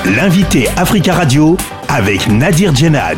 L'invité Africa Radio avec Nadir Djenad.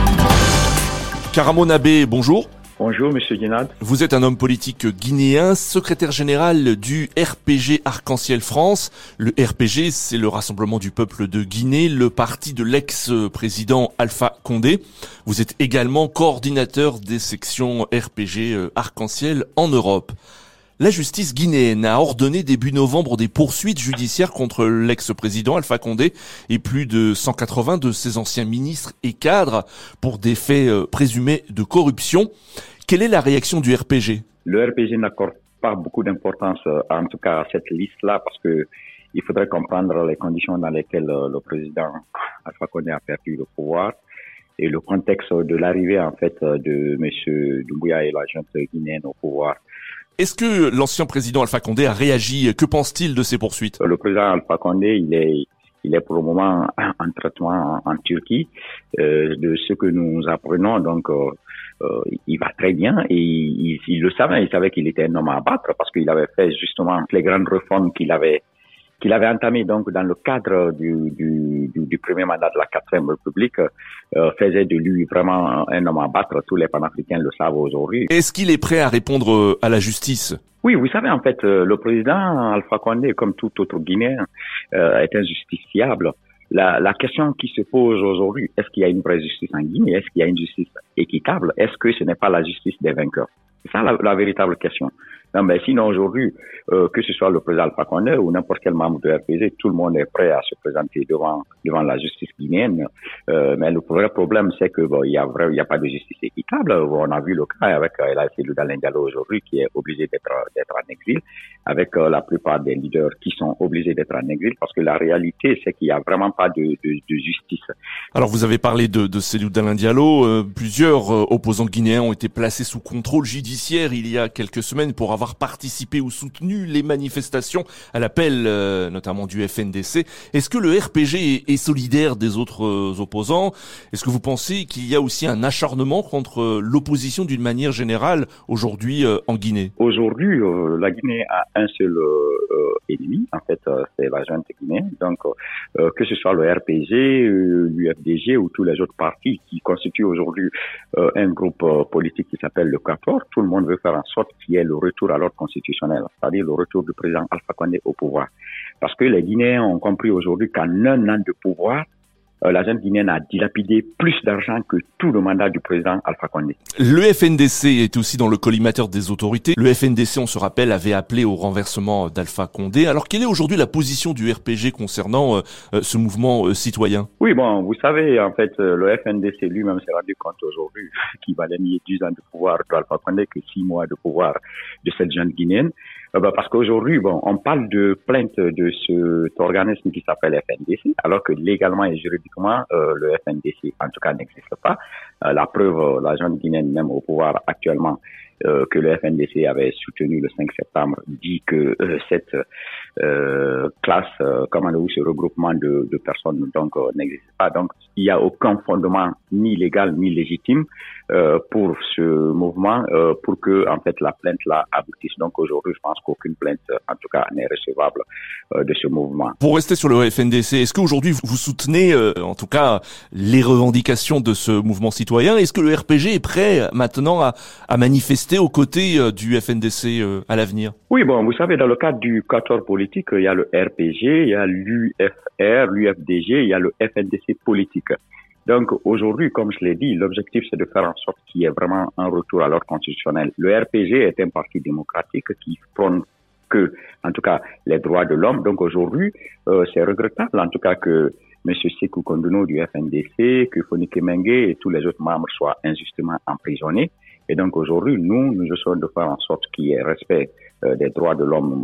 Karamo Nabé, bonjour. Bonjour Monsieur Djenad. Vous êtes un homme politique guinéen, secrétaire général du RPG Arc-en-Ciel France. Le RPG, c'est le Rassemblement du peuple de Guinée, le parti de l'ex-président Alpha Condé. Vous êtes également coordinateur des sections RPG Arc-en-Ciel en Europe. La justice guinéenne a ordonné début novembre des poursuites judiciaires contre l'ex-président Alpha Condé et plus de 180 de ses anciens ministres et cadres pour des faits présumés de corruption. Quelle est la réaction du RPG ? Le RPG n'accorde pas beaucoup d'importance, en tout cas à cette liste-là, parce que il faudrait comprendre les conditions dans lesquelles le président Alpha Condé a perdu le pouvoir et le contexte de l'arrivée en fait de M. Doumbouya et la junte guinéenne au pouvoir. Est-ce que l'ancien président Alpha Condé a réagi ? Que pense-t-il de ces poursuites ? Le président Alpha Condé, il est pour le moment en traitement en Turquie. De ce que nous apprenons, donc il va très bien et il le savait. Il savait qu'il était un homme à abattre parce qu'il avait fait justement les grandes réformes qu'il avait entamé donc dans le cadre du premier mandat de la 4e République, faisait de lui vraiment un homme à battre. Tous les panafricains le savent aujourd'hui. Est-ce qu'il est prêt à répondre à la justice ? Oui, vous savez, en fait, le président Alpha Condé, comme tout autre Guinéen, est injustifiable. La question qui se pose aujourd'hui, est-ce qu'il y a une vraie justice en Guinée? Est-ce qu'il y a une justice équitable? Est-ce que ce n'est pas la justice des vainqueurs? C'est ça la véritable question. Non, mais sinon aujourd'hui, que ce soit le président Alpha Condé ou n'importe quel membre de RPG, tout le monde est prêt à se présenter devant la justice guinéenne. Mais le vrai problème, c'est que il y a pas de justice équitable. On a vu le cas avec El Seydou Dalein Diallo aujourd'hui, qui est obligé d'être en exil, avec la plupart des leaders qui sont obligés d'être en exil, parce que la réalité, c'est qu'il y a vraiment pas de justice. Alors vous avez parlé de Seydou Dalein Diallo. Plusieurs opposants guinéens ont été placés sous contrôle judiciaire il y a quelques semaines pour avoir participé ou soutenu les manifestations à l'appel notamment du FNDC. Est-ce que le RPG est solidaire des autres opposants ? Est-ce que vous pensez qu'il y a aussi un acharnement contre l'opposition d'une manière générale aujourd'hui en Guinée ? Aujourd'hui, la Guinée a un seul ennemi, en fait, c'est la junte guinéenne. Donc, que ce soit le RPG, l'UFDG ou tous les autres partis qui constituent aujourd'hui un groupe politique qui s'appelle le 14, tout le monde veut faire en sorte qu'il y ait le retour à l'ordre constitutionnel, c'est-à-dire le retour du président Alpha Condé au pouvoir. Parce que les Guinéens ont compris aujourd'hui qu'en un an de pouvoir, la junte guinéenne a dilapidé plus d'argent que tout le mandat du président Alpha Condé. Le FNDC est aussi dans le collimateur des autorités. Le FNDC, on se rappelle, avait appelé au renversement d'Alpha Condé. Alors, quelle est aujourd'hui la position du RPG concernant ce mouvement citoyen ? Oui, bon, vous savez, en fait, le FNDC lui-même s'est rendu compte aujourd'hui qu'il valait mieux 10 ans de pouvoir d'Alpha Condé que 6 mois de pouvoir de cette junte guinéenne. Parce qu'aujourd'hui, on parle de plainte de cet organisme qui s'appelle FNDC, alors que légalement et juridiquement, le FNDC, en tout cas, n'existe pas. La preuve, la junte guinéenne même au pouvoir actuellement, que le FNDC avait soutenu le 5 septembre, dit que cette classe, ce regroupement de personnes donc n'existe pas. Donc, il n'y a aucun fondement ni légal ni légitime pour ce mouvement, pour que en fait la plainte là aboutisse. Donc aujourd'hui, je pense qu'aucune plainte, en tout cas, n'est recevable de ce mouvement. Pour rester sur le FNDC, est-ce qu'aujourd'hui vous soutenez, en tout cas, les revendications de ce mouvement citoyen ? Est-ce que le RPG est prêt maintenant à manifester aux côtés du FNDC à l'avenir ? Oui, vous savez, dans le cadre du 14 politique, il y a le RPG, il y a l'UFR, l'UFDG, il y a le FNDC politique. Donc aujourd'hui, comme je l'ai dit, l'objectif c'est de faire en sorte qu'il y ait vraiment un retour à l'ordre constitutionnel. Le RPG est un parti démocratique qui prône que, en tout cas, les droits de l'homme. Donc aujourd'hui, c'est regrettable en tout cas que M. Sékou Kondono du FNDC, que Fonike Mengue et tous les autres membres soient injustement emprisonnés. Et donc aujourd'hui, nous essayons de faire en sorte qu'il y ait respect des droits de l'homme,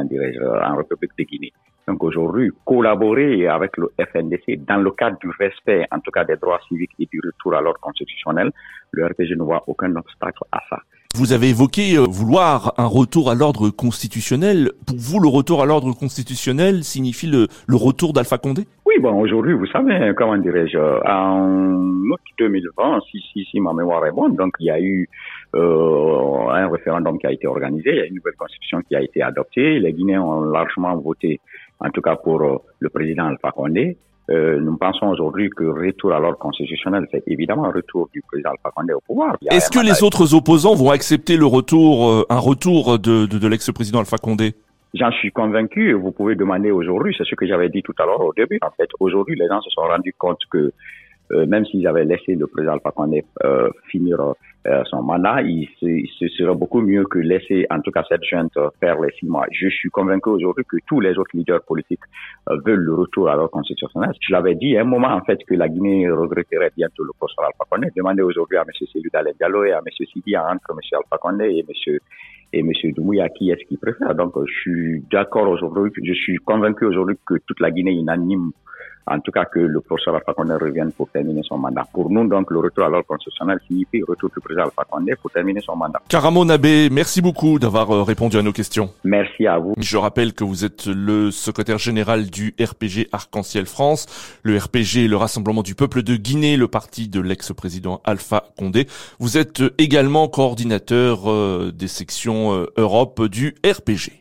en République de Guinée. Donc aujourd'hui, collaborer avec le FNDC dans le cadre du respect, en tout cas des droits civiques et du retour à l'ordre constitutionnel, le RPG ne voit aucun obstacle à ça. Vous avez évoqué vouloir un retour à l'ordre constitutionnel. Pour vous, le retour à l'ordre constitutionnel signifie le retour d'Alpha Condé ? Oui, aujourd'hui, vous savez, en août 2020, si ma mémoire est bonne, donc il y a eu un référendum qui a été organisé, il y a une nouvelle constitution qui a été adoptée, les Guinéens ont largement voté, en tout cas pour le président Alpha Condé. nous pensons aujourd'hui que retour à l'ordre constitutionnel, c'est évidemment un retour du président Alpha Condé au pouvoir. Est-ce que les autres opposants vont accepter un retour de l'ex-président Alpha Condé? J'en suis convaincu. Vous pouvez demander aujourd'hui, c'est ce que j'avais dit tout à l'heure au début. En fait, aujourd'hui, les gens se sont rendus compte que même s'ils avaient laissé le président Alpha Condé finir son mandat, ce serait beaucoup mieux que laisser, en tout cas, cette junte faire les 6 mois. Je suis convaincu aujourd'hui que tous les autres leaders politiques veulent le retour à l'ordre constitutionnel. Je l'avais dit à un moment, en fait, que la Guinée regretterait bientôt le professeur Alpha Condé. Demandez aujourd'hui à M. Cellou Dalein Diallo et à M. Sidi entre M. Alpha Condé et M. Doumbouya qui est-ce qu'il préfère. Donc, je suis d'accord aujourd'hui, je suis convaincu aujourd'hui que toute la Guinée est unanime, en tout cas que le professeur Alpha Condé revienne pour terminer son mandat. Pour nous, donc, le retour à l'ordre constitutionnel signifie retour du président Alpha Condé pour terminer son mandat. Karamo Nabé, merci beaucoup d'avoir répondu à nos questions. Merci à vous. Je rappelle que vous êtes le secrétaire général du RPG Arc-en-Ciel France. Le RPG, le Rassemblement du peuple de Guinée, le parti de l'ex-président Alpha Condé. Vous êtes également coordinateur des sections Europe du RPG.